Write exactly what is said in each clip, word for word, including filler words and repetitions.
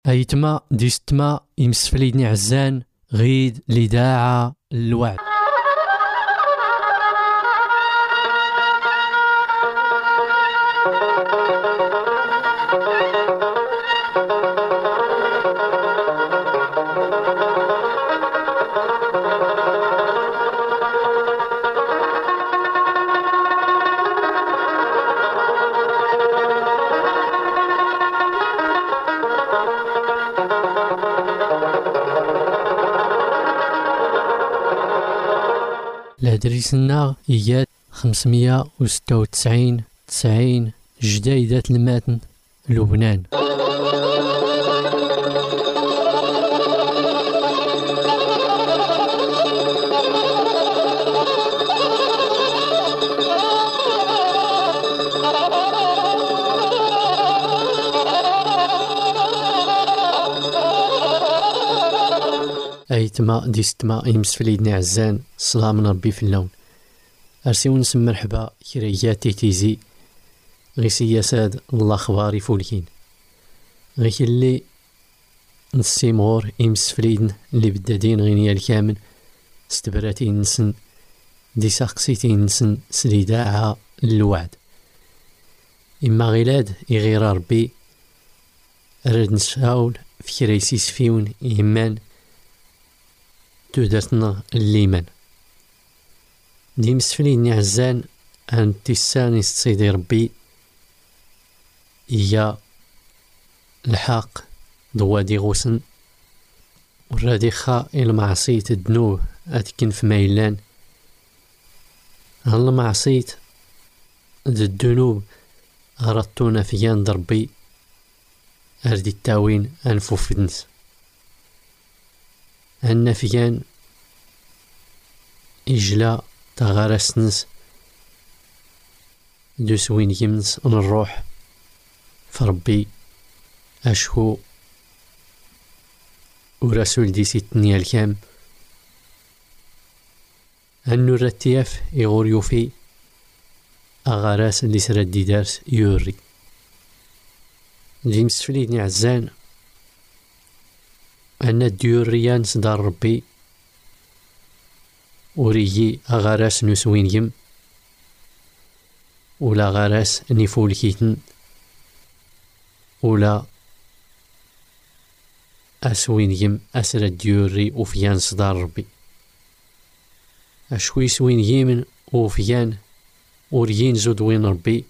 أيتما ديستما يمسفليدني عزان غيد لداعة الوعد. الهدريسنا إياد خمسمية وستة وتسعين تسعين جديدة الماتن لبنان. أيتما ديستما يمسفليدني عزان الصلاة من ربي في اللون. أرسيو نسم مرحبا كريات تيتيزي غي سياساد الله خباري فولكين غي اللي نسيمغور يمسفليدن اللي بدادين غينيا الكامل استبراتي نسن دي ساقسيتي نسن سليداعها الوعد. إما غيلاد يغير ربي رد نساول في كريسيس فيون يمان تودرتنا الليمان دي مسفليني عزان أن تساني سيدي ربي إيا الحق دوادي غوسن والراديخة المعصية الدنوب أتكن في ميلان هل معصية الدنوب أردتونا في يان دربي أردي التاوين أنفو فدنس أن فيان إجلا تغارسنس دوسوين يمنس أن الروح فربي أشهو ورسول دي ستنيا الكام أنو الرتياف يغور يوفي أغاراس اللي سرد دي دارس يوري جيمس فليدني عزان أن الديوريان صدار ربي وريي أغاراس نسوين يم ولا غاراس نفول كيتن ولا أسوين يم أسر الديوري وفيان صدار ربي أشوي سوين يمن وفيان وريين زودوين ربي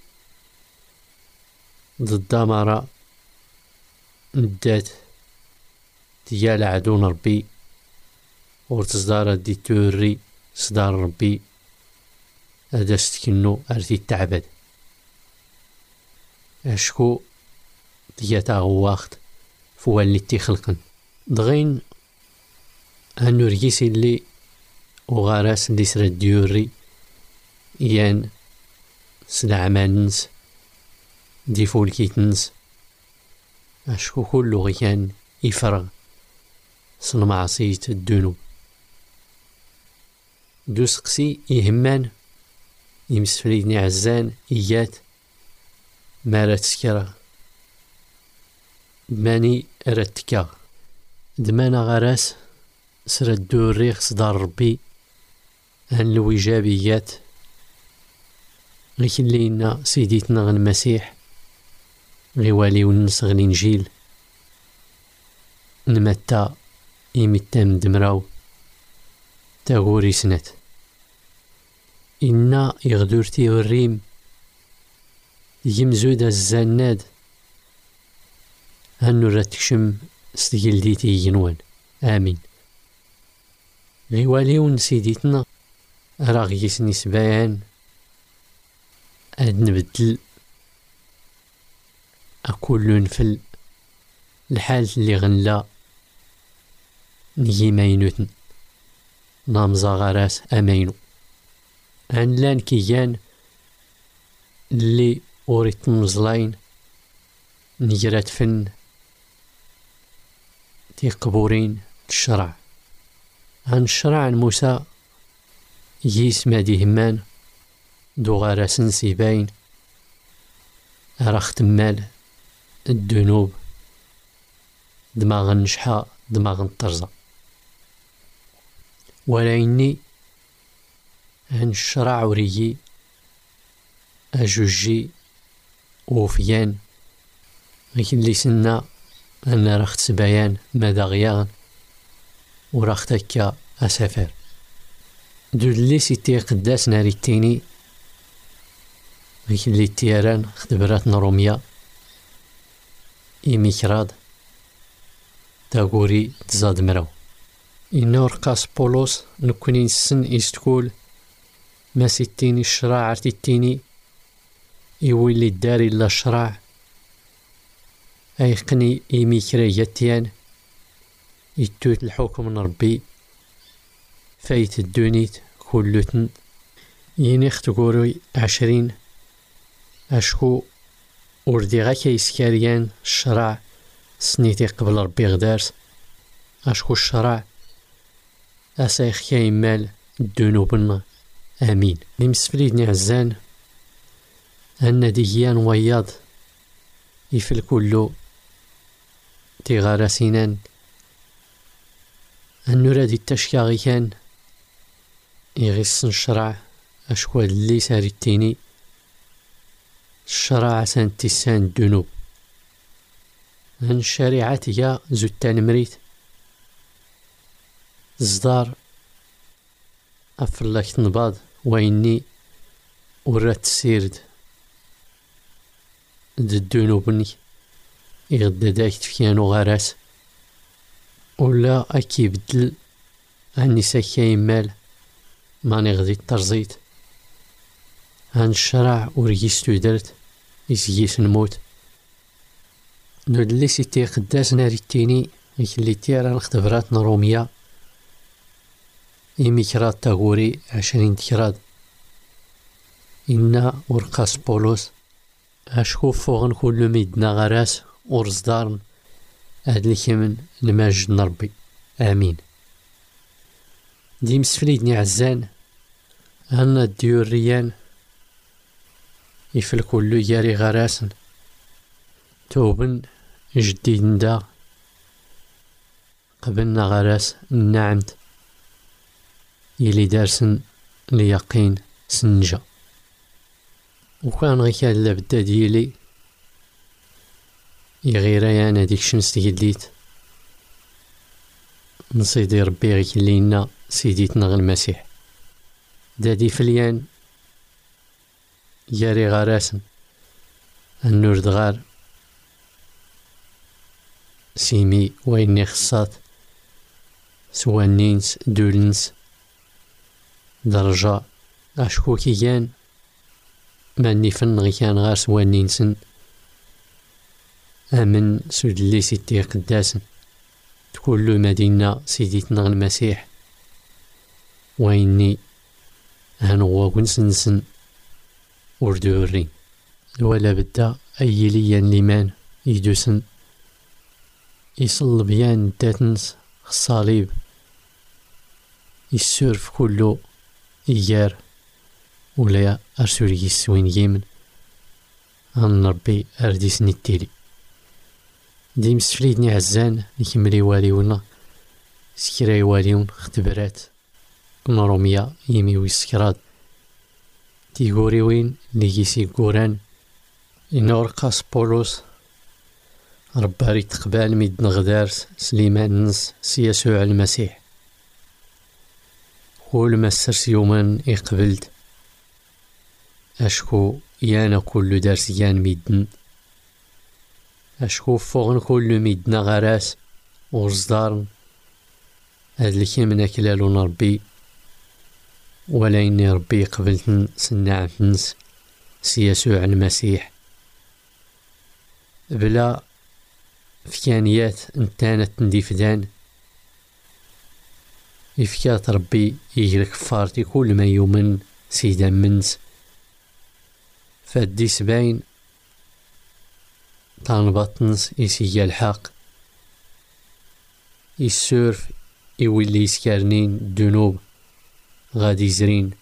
ضد مرة ندات ديال عدون ربي ورتصدار دي توري صدار ربي هذا ستكنو أرتي التعبد أشكو دياتا غواخت فوال اللي تيخلقن دغين هنو ريسي اللي وغاراس اللي سرد ديوري يان سلعمانس دي فولكيتنس أشكو كله غيان يفرغ صن معصية الدنوب دوسقسي يهمان يمسفليدني عزان إيات مارا تسكرا ماني رتكا دمانا غراس سرد دوري صدار ربي هن الوجابيات لكن لينا سيديتنا غن المسيح غيوالي ونس غن الإنجيل نمتا إيمتام دمراو تاغوري سنت إنا يغدورتي والريم يمزود الزناد هنو راتكشم استجلديتي ينوان آمين. غيواليون سيديتنا راغيس نسبان أد نبدل أكل نفل الحال اللي غنلا نجي ماينوتن نامزا غراس أمينو أن لان كيان اللي أوريت مزلاين نجرات فن تيقبورين الشرع عن الشرع موسى ييس مادي همان دو غراس نسيبين أرخت مال الذنوب دماغ النشحة دماغ الطرزة. ولكني هنشرع وريي أجوجي وفيان لكن اللي سنا أنا راخت سبايان ماذا غيان وراخت هكا أسافر دول اللي سيتي قداس ناري التيني لكن اللي تيران خدبرات نروميا إيميكراد تاغوري تزاد مراو إنو رقاس بولوس نكوني نسن إستكول ما سيتيني الشراع عرتيتيني يولي الداري لا الشراع أيقني إيميكرا يتيان يتوت الحكم من ربي فايت الدونيت كلتن ينيخ تقولي عشرين أشكو وردي غاكا يسكاريان الشرع سنيتي قبل ربي غدارس أشكو الشرع أسايخ كايمال الدنوبنا آمين. لمسفليدني عزان أن ديان وياض يفل كلو تيغارا سينان أنو رادي التشكاغي كان يغيسن الشرع أشكو اللي ساري التيني الشرع سان تيسان الدنوب هن الشريعة يا زوتان مريت زدار أفلاك تنباض ويني ورات سيرد الدنوبني يغدا داك تفيانو غاراس ولا أكي بدل هاني ساكاين مال ماني غدي الترزيت هان الشرع وريستو درت يسيس نموت نود اللي سيتي قداس ناري التيني اللي تيران اختبرات نروميا إيميكرات تاغوري عشرين تكراد إنا ورقاس بولوس أشكو فوغن كل ميدنا غراس ورزدارن هاد الكمن الماجد نربي آمين. دي مسفليدني عزان هانا الديور ريان يفل كلو ياري غراسن توبن جديد دا قبلنا غراس نعمت يلي دارسن ليقين سنجا وكان غي كان لابد ديالي يغير انا ديك شمس تقليت نصيدي ربي غي كلينا سيديتنا غ المسيح دادي فليان ياري غراسن النور دغار سيمي ويني خصات سوانينس دولنس درجة أشكو كيان ماني فن غي كان غار سوانينسن أمن سود اللي سيتي قداسن تكون مدينة سيديتنا المسيح ويني هنغوا كنسنسن وردورين ولا بدا أي ليان ليمان يدوسن يصل بيان داتنس الصليب يسورف كله إيار ولا أرسولي يسوين يمن عن ربي أرديس نتيلي ديم سفليدني عزان نكملي واليونا سكراي واليون اختبارات نروميا يمي ويسكراد تيغوري وين ليكيسي كوران إنو رقاس بولوس رباري تقبال ميد نغدارس سليمان نس سيسوع المسيح كل ما سرس يوما يقبلت أشكو يانا كل دارس يان ميدن أشكو فوغن كل ميدنا غراس ورزدارن هاد الكيمنا كلالو نربي ولا إني ربي قبلتن سناع نس سيسوع المسيح بلا فكانيات انتانت نديفدان إفكات ربي يجري كفارتي كل ما يومن سيدا منس فادي سباين تنبطنس يسيا الحق يسورف يولي يسكارنين الدنوب غادي يزرين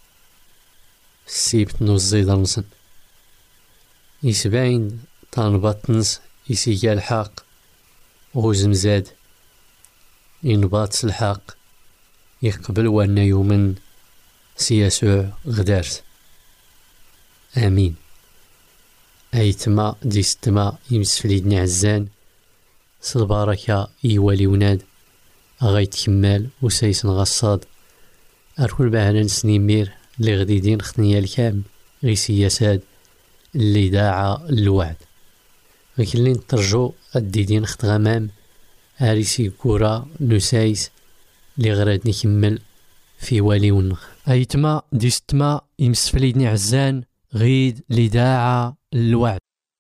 سيبت نوزي درنسن يسباين تنبطنس يسيا الحق غوزم زاد ينبات الحق يقبل وأن يومن سيسوع غدارت. آمين. أيتما ديستما يمسفليدني عزان صلباركة يوالي وناد أغايت كمال وسيسن غصاد أركل بعنا سنيمير اللي غديدين خطنيا الكام غي سياساد اللي داعى الوعد غيكلين ترجو الديدين خط غمام هاريسي كورا نسايس اللي غراد نكمل في والي ونخ. أيتما ديستما يمسفليدني عزان غيد اللي داعى الوعد.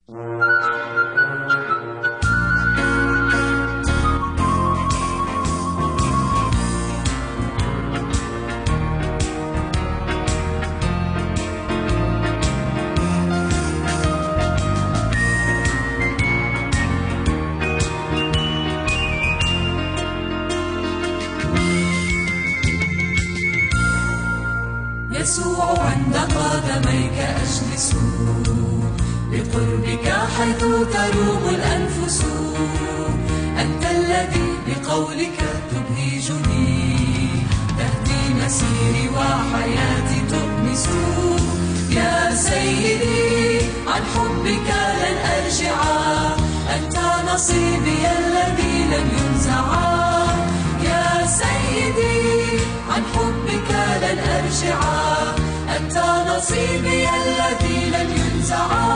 يسوع عند قدميك أجلس بقربك حيث تروم الأنفس. أنت الذي بقولك تبهجني تهدي مسيري وحياتي تؤنس. يا سيدي عن حبك لن أرجع، أنت نصيبي الذي لن ينزع. يا سيدي عن حبك لن أرجع، أنت نصيبي الذي لن ينزع.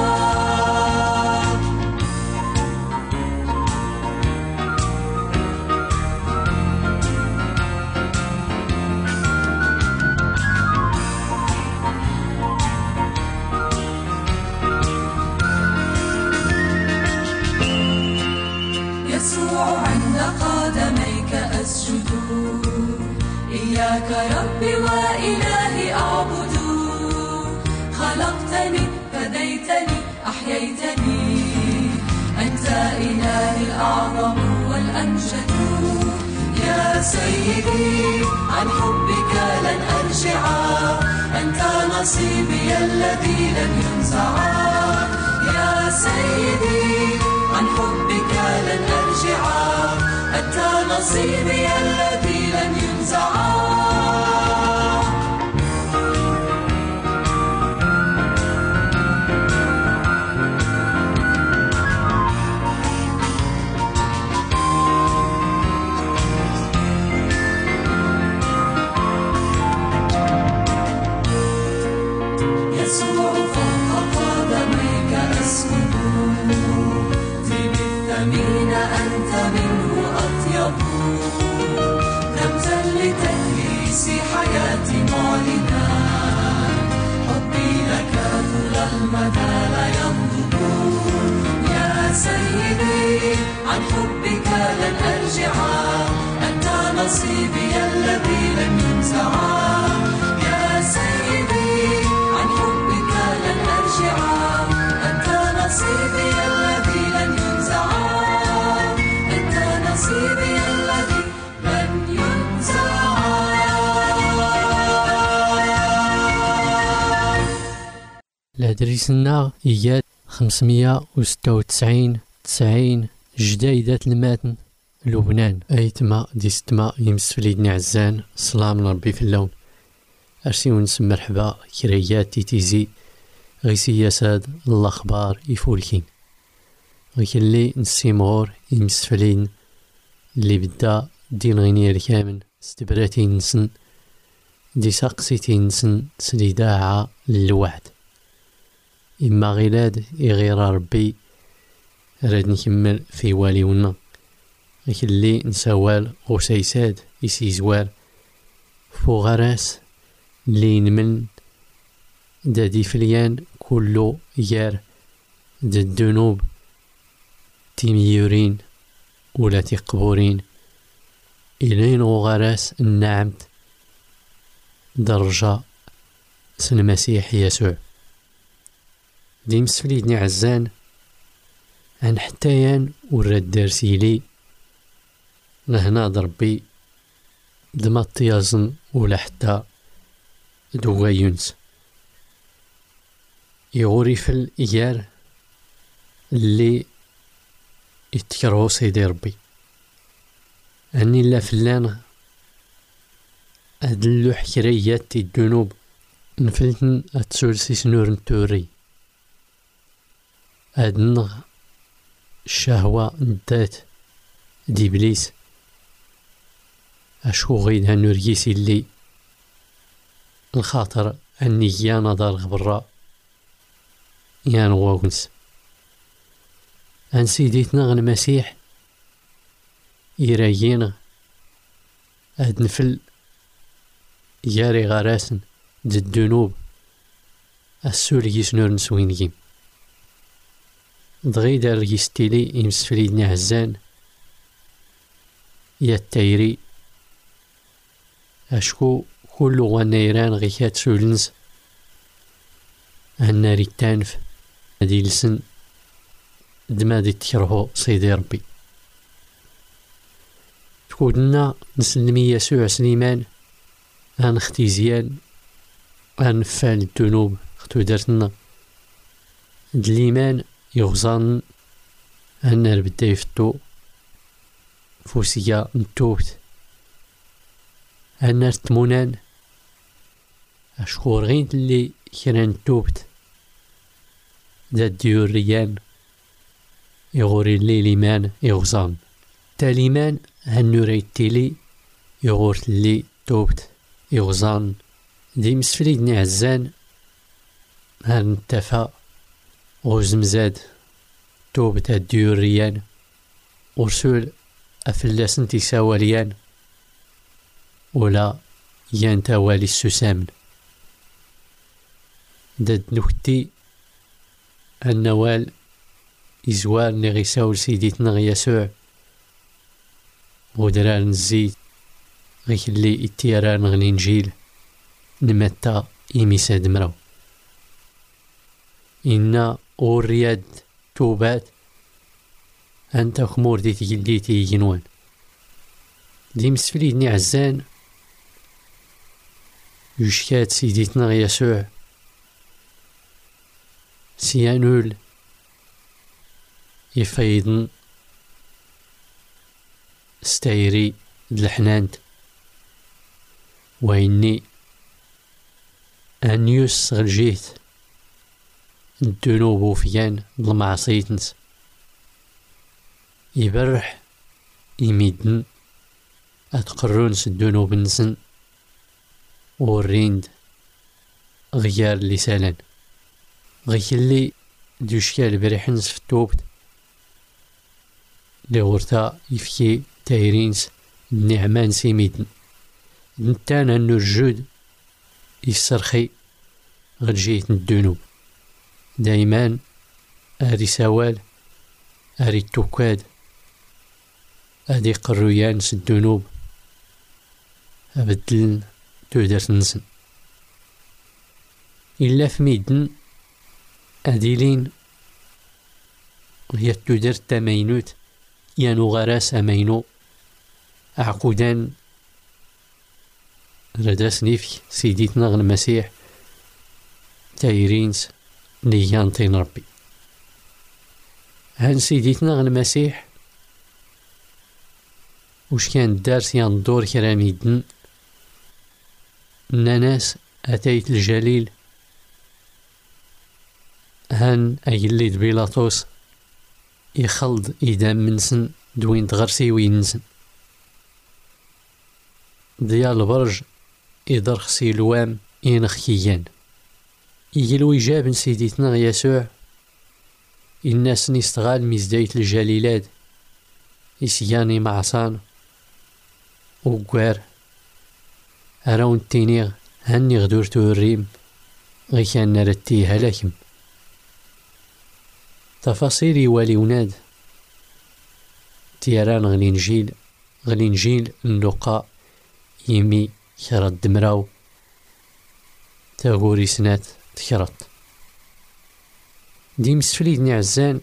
يسوع عند قدميك أسجد، إياك ربي وإلهي أعبد. خلقتني فديتني أحييتني، أنت إلهي الأعظم والأمجد. يا سيدي عن حبك لن أرجع، أنت نصيبي الذي لن ينزع. يا سيدي عن حبك لن أرجع، أنت نصيبي الذي لن ينزع. يسوع فوق قدميك أسكن، طيب الثمين أنت منه أطيب. رمزا لتكريس حياتي معلنا، حبي لك طول المدى لا ينضب. يا سيدي عن حبك لن أرجع، أنت نصيبي الذي لن ينزع. يا سيدي عن حبك لن أرجع، أنت نصيبي الذي لن ينزع. أنت نصيبي الذي لن ينزع. الهدريسنا إياد خمسمية وستة وتسعين تسعين جديدة الماتن لبنان. أيتما ديستما يمسفليدني عزان صلاة من ربي في اللون. أرسي ونسم مرحبا كريات تيتيزي غيسي يساد الأخبار يفولكين غيكلي نسيمغور يمسفلين اللي بدا دين غينير كامل استبراتي نسن دي ساقسيتي نسن سليداعة للوعد. إما غيلاد يغير ربي راد نكمل في والي ونا غيكلي نسوال غسيساد يسيزوار فوغراس اللي نمن دا ديفليان كلو يار دا الذنوب تيميورين ولا تيقبورين إلين وغراس النعمت درجة سن المسيح يسوع. دي مسفليدني عزان عن حتايان ورد دارسيلي لهنا ضربي دما طيازن ولا حتى دوا يونس يغوري في الإيار اللي يتكرهو سيدي ربي أني لا فلان أدلو حكريات تي الذنوب نفلتن أتسولسي سنور نتوري أدنغ الشهوة الذات دي إبليس أشكو غيدها نورجيسي اللي الخاطر أني يا نظر غبرا يا نواغنس أن سيديتنا غن مسيح يرايينا أد نفل ياري غراسن دي الذنوب السول يسنور نسوينيم دغي دار يستيلي يمسفليدني هزان يا التايري أشكو كل غنيران غيكات سولنس الناري التانف هادي لسن دما دي تكرهو سيدي ربي تكودنا نسلمي يسوع سليمان أن اختيزيان أن فعل الذنوب اختو دارتنا دليمان يغزان أن ربدا يفتو فوسيا نتوبت أن تمونان أشكور غين اللي كران توبت دا ديور ريان يغوري اللي ليمان يغزان تاليمان هنو ريتيلي يغورت اللي توبت يغزان دي مسفليدني عزان هان نتفا غزمزاد توبت دا ديور ريان ورسول أفلاسن تيساواليان ولا يانتا والي السسامن داد نكتي النوال إزوار نغيساول سيديتنا يسوع ودرال نزيد غيك اللي اتياران غني نجيل نمتا إيميسا دمراو إنا أورياد توبات أنت خمور ديتي جلديتي يجنوان دي مسفليدني عزان يشكات سيديتنا يسوع سيانول يفيضن ستايري دلحنانت وإني أن يسغل جيت الذنوب وفيان بالمعصيتنس يبرح يميدن أتقرونس الذنوب نسن وريند غيار لسالان غيك اللي دوشكال بريحنس في التوبت لغورتا يفكي تايرينس النعمان سيميدن نتانا النرجود يسرخي غرجيت الذنوب دايما أري سوال أري التوكاد أدي قرويان الذنوب أبدلن تودر نسن إلا في ميدن أديلين هي تودر تمينوت يانو غراس أمينو عقودان رداس نيفك سيديتنا غن المسيح تايرينس نيانتين ربي هان سيديتنا غن المسيح وش كان دارس يندور كراميدن ناس أتيت الجليل هان أجليد بيلاطوس يخلد إدام منسن دوين تغرسي وينسن ديال البرج إدرخسي الوام إنخيان يجلو إجاب سيديتنا يسوع الناس نستغال مزدايت الجليلات إسياني معصان وقوار أراون تينيغ هني غدورتو الريم غيكان نرتيها لكم تفاصيل والي وناد تيران غلينجيل غلينجيل اللقاء يمي كرات دمراو تاغوري سنات تكرت دي مسفليدني عزان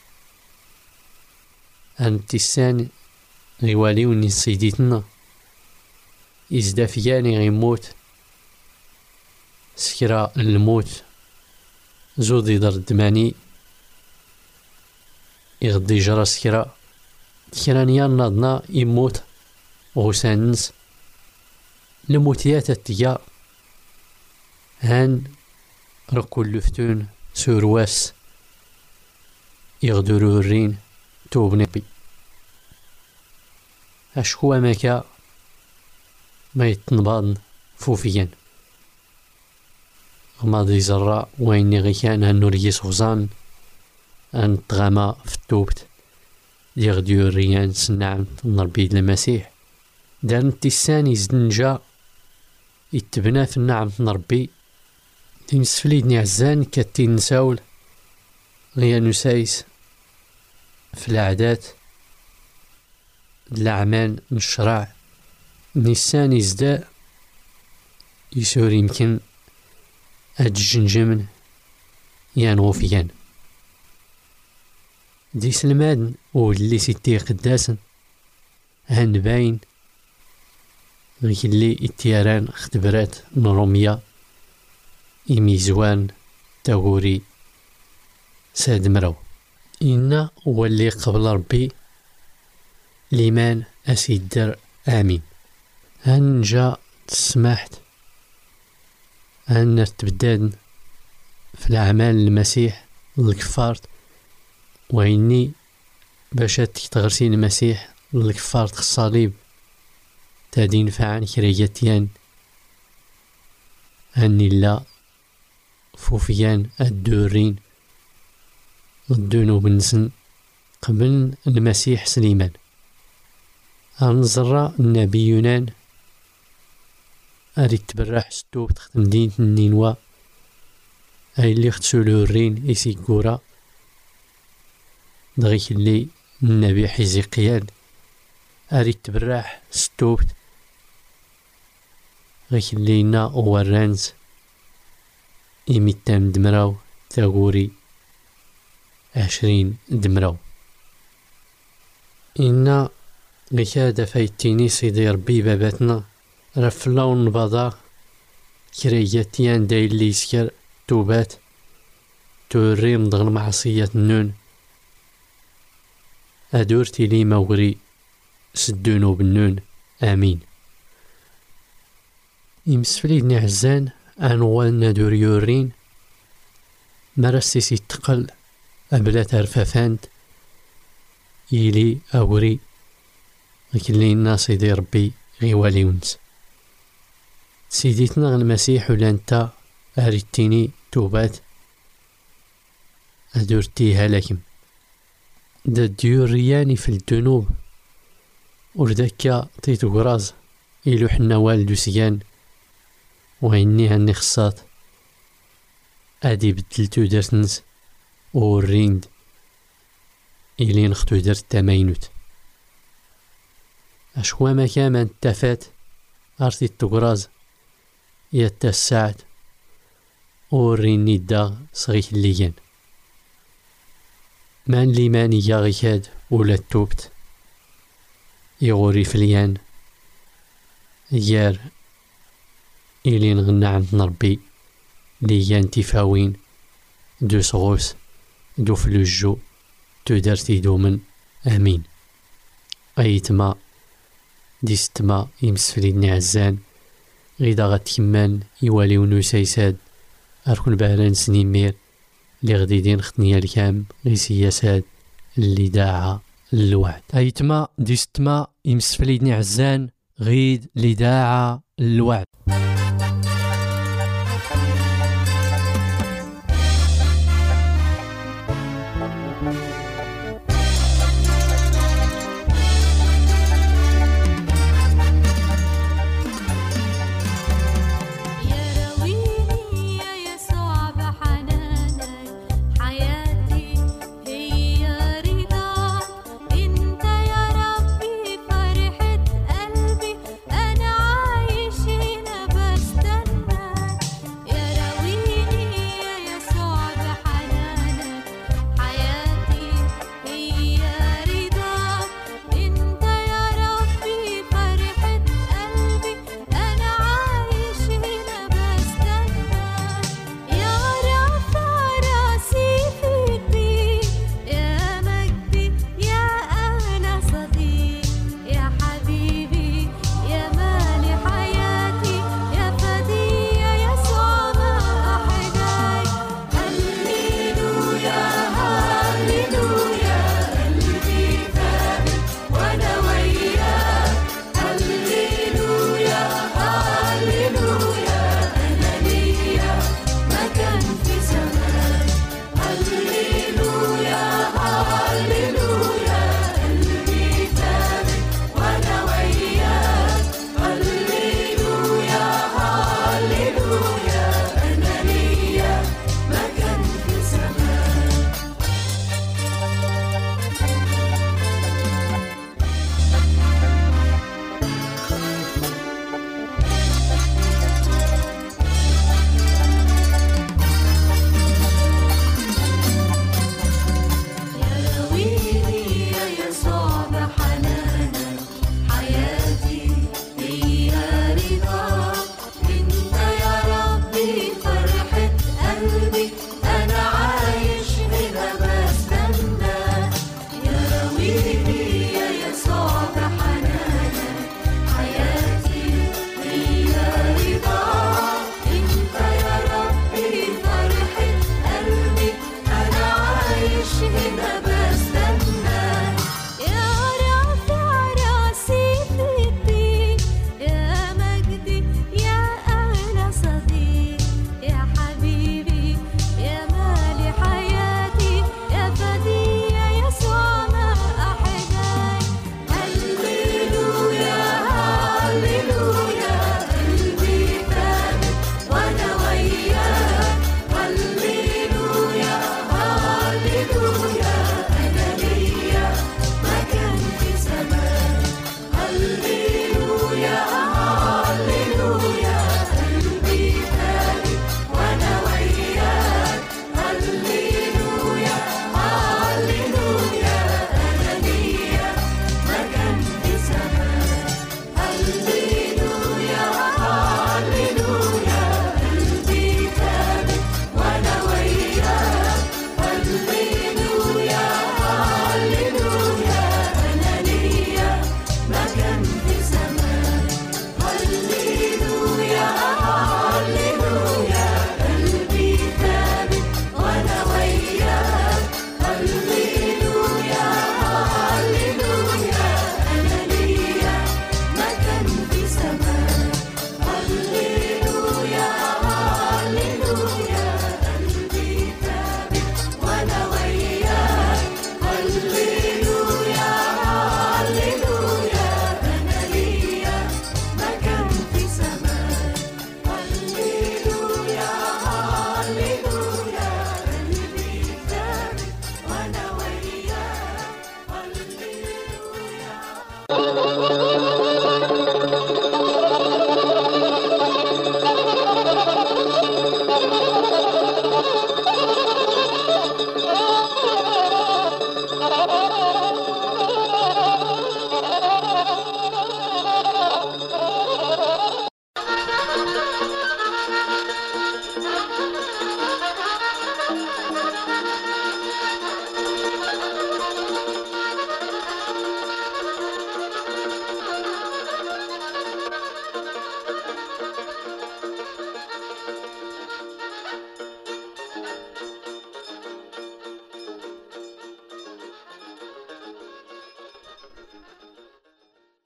أن تسان غيواليوني سيديتنا إزدافياني غيموت سكرا الموت زودي در دماني يغدي جرى سكرا كرانيا ناضنا يموت غسانس لموتيات التيا هان ركو اللفتون سورواس يغدرو الرين توبني بي أشكو مكا ما يتنبضن فوفيا غماضي زراء ويني غيكان هنو ريس غزان أن تغاما في التوبت يغديو الريان سنعم نربيد المسيح دان تيساني زنجا يتبنى في النعم نربي تنسفليد نعزان كتين نساول غيا نسايس في العادات الأعمال الشرع نيسان يزداء يسور يمكن هاد الجنجمن يان غوفيان دي سلمان واللي سيتي قداسن هان باين غيك اللي اتياران اختبارات نروميا إميزوان تاغوري ساد مرو إنا هو اللي قبل ربي ليمان أسيدر آمين هان جا تسمحت هان تبداد في الأعمال المسيح الكفارت وإني باش تغرسين المسيح الكفارت الصليب تادين فعن كرياتيان هاني لا فوفيان الدورين الدنوب نسن قبل المسيح سليمان هنزرع النبي يونان أريد تبرح ستوب تخدم دين النينوا أي اللي اختسولو الرين إيسي كورا دغيك اللي النبي حزقيال أريد تبرح ستوب غيك اللي نا ورانز إميتام دمراو تاغوري عشرين دمراو إنا غيكاد فايتيني سيدي ربي باباتنا رفلاو نبضا كرياتيان داي اللي يسكر توبات توريم دغن معصية النون أدورتي لي مغري سدونو بالنون آمين يمسفلي نعزان أنوالنا دور يورين مرسيسي تقل أبلا ترفافانت إلي أوري لكن لينا سيدي ربي غيوالي ونس سيديتنا المسيح ولانتا أريتيني توبات أدورتيها لكم دا ديور رياني في الذنوب وردكا تيتو غراز إلو حنا والدو سيان وإني هاني خصات أدي بدلتو درتنس وريند إلي نختو درت تماينوت أشكوا ما كامان تافات أرتي التقراز يتا الساعد وريني دا صغيك الليان مان لي ماني يا غيكاد ولا توبت يغوري فليان يار إلي نغنى عند نربي ليان تفاوين دو صغوس دو فلوجو تو درتي دومن آمين أيتما ديستما يمسفلي نعزان غيدا غتكمان يواليو نوسايساد أركن باران سنيمير لي غديدين خطنيا الكام غي سياساد اللي داعا الوعد أيتما ديستما يمسفلي نعزان غيد اللي داعا الوعد